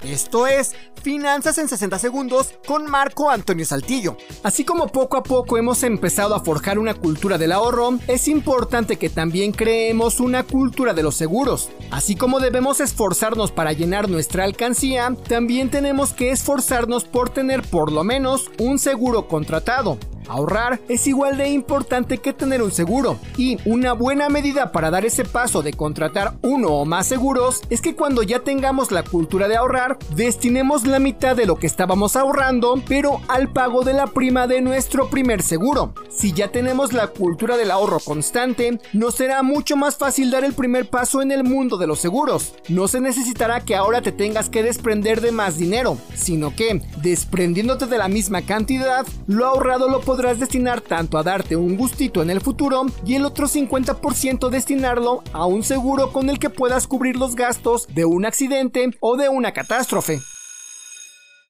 Esto es Finanzas en 60 segundos con Marco Antonio Saltillo. Así como poco a poco hemos empezado a forjar una cultura del ahorro, es importante que también creemos una cultura de los seguros. Así como debemos esforzarnos para llenar nuestra alcancía, también tenemos que esforzarnos por tener por lo menos un seguro contratado. Ahorrar es igual de importante que tener un seguro, y una buena medida para dar ese paso de contratar uno o más seguros es que cuando ya tengamos la cultura de ahorrar, destinemos la mitad de lo que estábamos ahorrando, pero al pago de la prima de nuestro primer seguro. Si ya tenemos la cultura del ahorro constante, nos será mucho más fácil dar el primer paso en el mundo de los seguros. No se necesitará que ahora te tengas que desprender de más dinero, sino que, desprendiéndote de la misma cantidad, lo ahorrado lo podrás destinar tanto a darte un gustito en el futuro y el otro 50% destinarlo a un seguro con el que puedas cubrir los gastos de un accidente o de una catástrofe.